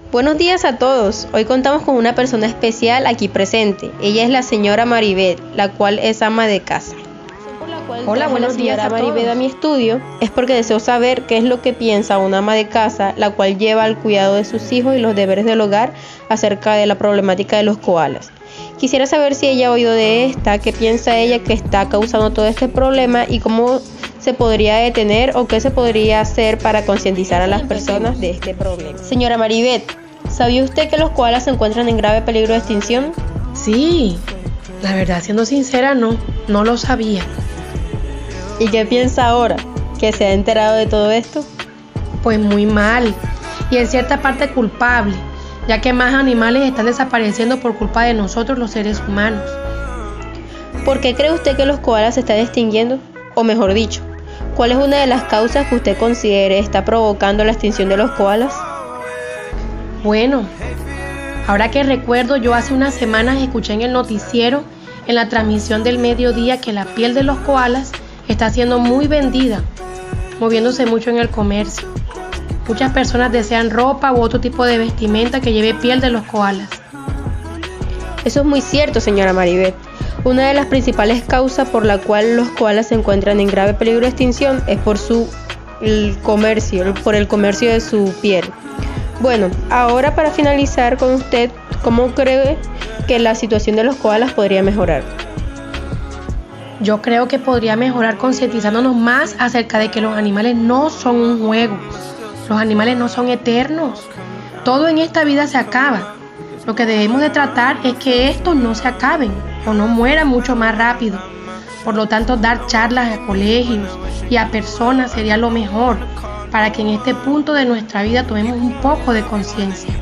Buenos días a todos. Hoy contamos con una persona especial aquí presente. Ella es la señora Maribeth, la cual es ama de casa. Hola, buenos días a Maribeth todos. a mi estudio es porque deseo saber qué es lo que piensa una ama de casa, la cual lleva al cuidado de sus hijos y los deberes del hogar acerca de la problemática de los koalas. Quisiera saber si ella ha oído de esta, qué piensa ella que está causando todo este problema y cómo se podría detener o qué se podría hacer para concientizar a las personas de este problema. Señora Maribeth, ¿sabía usted que los koalas se encuentran en grave peligro de extinción? Sí, la verdad, siendo sincera, no lo sabía. ¿Y qué piensa ahora que se ha enterado de todo esto? Pues muy mal, y en cierta parte culpable, ya que más animales están desapareciendo por culpa de nosotros los seres humanos. ¿Por qué cree usted que los koalas se están extinguiendo? O mejor dicho, ¿cuál es una de las causas que usted considere está provocando la extinción de los koalas? Bueno, ahora que recuerdo, yo hace unas semanas escuché en el noticiero, en la transmisión del mediodía, que la piel de los koalas está siendo muy vendida, moviéndose mucho en el comercio. Muchas personas desean ropa u otro tipo de vestimenta que lleve piel de los koalas. Eso es muy cierto, señora Maribeth. Una de las principales causas por la cual los koalas se encuentran en grave peligro de extinción es por el comercio de su piel. Bueno, ahora para finalizar con usted, ¿cómo cree que la situación de los koalas podría mejorar? Yo creo que podría mejorar concientizándonos más acerca de que los animales no son un juego. Los animales no son eternos. Todo en esta vida se acaba. Lo que debemos de tratar es que estos no se acaben o no mueran mucho más rápido. Por lo tanto, dar charlas a colegios y a personas sería lo mejor para que en este punto de nuestra vida tomemos un poco de conciencia.